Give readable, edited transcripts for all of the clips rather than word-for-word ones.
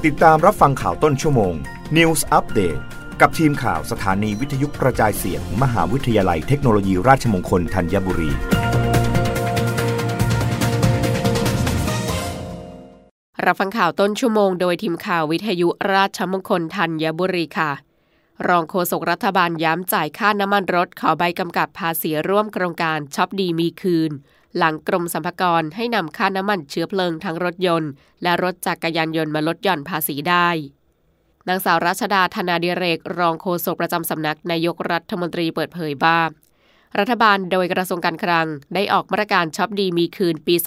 ติดตามรับฟังข่าวต้นชั่วโมง News Update กับทีมข่าวสถานีวิทยุกระจายเสียง มหาวิทยาลัยเทคโนโลยีราชมงคลธัญบุรีรับฟังข่าวต้นชั่วโมงโดยทีมข่าววิทยุราชมงคลธัญบุรีค่ะรองโฆษกรัฐบาลย้ำจ่ายค่าน้ำมันรถขอใบกำกับภาษีร่วมโครงการช็อปดีมีคืนหลังกรมสรรพากรให้นำค่าน้ำมันเชื้อเพลิงทั้งรถยนต์และรถจักรยานยนต์มาลดหย่อนภาษีได้นางสาวรัชดาธนาดิเรกรองโฆษกประจำสำนักนายกรัฐมนตรีเปิดเผยว่ารัฐบาลโดยกระทรวงการคลังได้ออกมาตรการช็อปดีมีคืนปี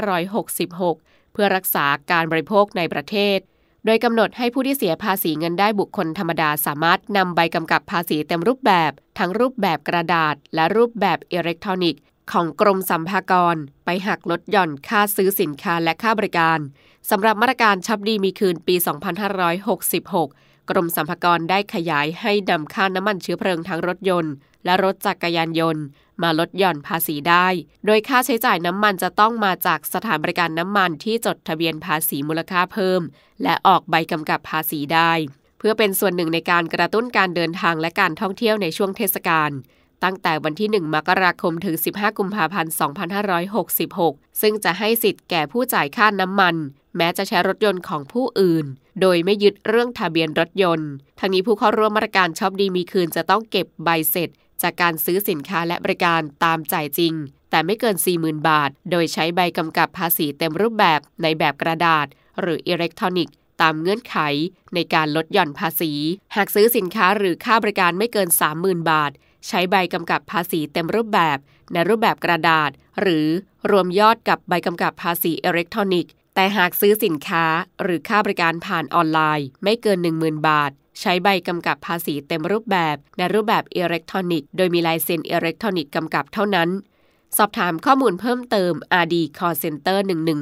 2566 เพื่อรักษาการบริโภคในประเทศโดยกำหนดให้ผู้ที่เสียภาษีเงินได้บุคคลธรรมดาสามารถนำใบกำกับภาษีเต็มรูปแบบทั้งรูปแบบกระดาษและรูปแบบอิเล็กทรอนิกส์ของกรมสรรพากรไปหักลดหย่อนค่าซื้อสินค้าและค่าบริการสำหรับมาตรการช็อปดีมีคืนปี 2566 กรมสรรพากรได้ขยายให้นำค่าน้ำมันเชื้อเพลิงทั้งรถยนต์และรถจักรยานยนต์มาลดหย่อนภาษีได้โดยค่าใช้จ่ายน้ำมันจะต้องมาจากสถานบริการน้ำมันที่จดทะเบียนภาษีมูลค่าเพิ่มและออกใบกำกับภาษีได้เพื่อเป็นส่วนหนึ่งในการกระตุ้นการเดินทางและการท่องเที่ยวในช่วงเทศกาลตั้งแต่วันที่ 1 มกราคมถึง 15 กุมภาพันธ์ 2566 ซึ่งจะให้สิทธิ์แก่ผู้จ่ายค่าน้ำมันแม้จะใช้รถยนต์ของผู้อื่นโดยไม่ยึดเรื่องทะเบียนรถยนต์ทั้งนี้ผู้เข้าร่วมมาตรการช็อปดีมีคืนจะต้องเก็บใบเสร็จจากการซื้อสินค้าและบริการตามจ่ายจริงแต่ไม่เกิน 40,000 บาทโดยใช้ใบกำกับภาษีเต็มรูปแบบในแบบกระดาษหรืออิเล็กทรอนิกส์ตามเงื่อนไขในการลดหย่อนภาษีหากซื้อสินค้าหรือค่าบริการไม่เกิน 30,000 บาทใช้ใบกำกับภาษีเต็มรูปแบบในรูปแบบกระดาษหรือรวมยอดกับใบกำกับภาษีอิเล็กทรอนิกส์แต่หากซื้อสินค้าหรือค่าบริการผ่านออนไลน์ไม่เกิน 10,000 บาทใช้ใบกำกับภาษีเต็มรูปแบบในรูปแบบอิเล็กทรอนิกส์โดยมีลายเซ็นอิเล็กทรอนิกส์กำกับเท่านั้นสอบถามข้อมูลเพิ่มเติม RD Call Center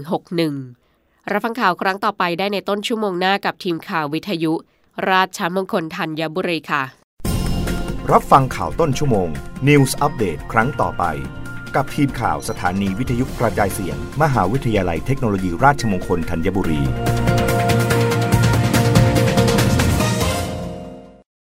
1161รับฟังข่าวครั้งต่อไปได้ในต้นชั่วโมงหน้ากับทีมข่าววิทยุราชมงคลธัญบุรีค่ะรับฟังข่าวต้นชั่วโมง News Update ครั้งต่อไปกับทีมข่าวสถานีวิทยุกระจายเสียง มหาวิทยาลัยเทคโนโลยีราชมงคลธัญบุรี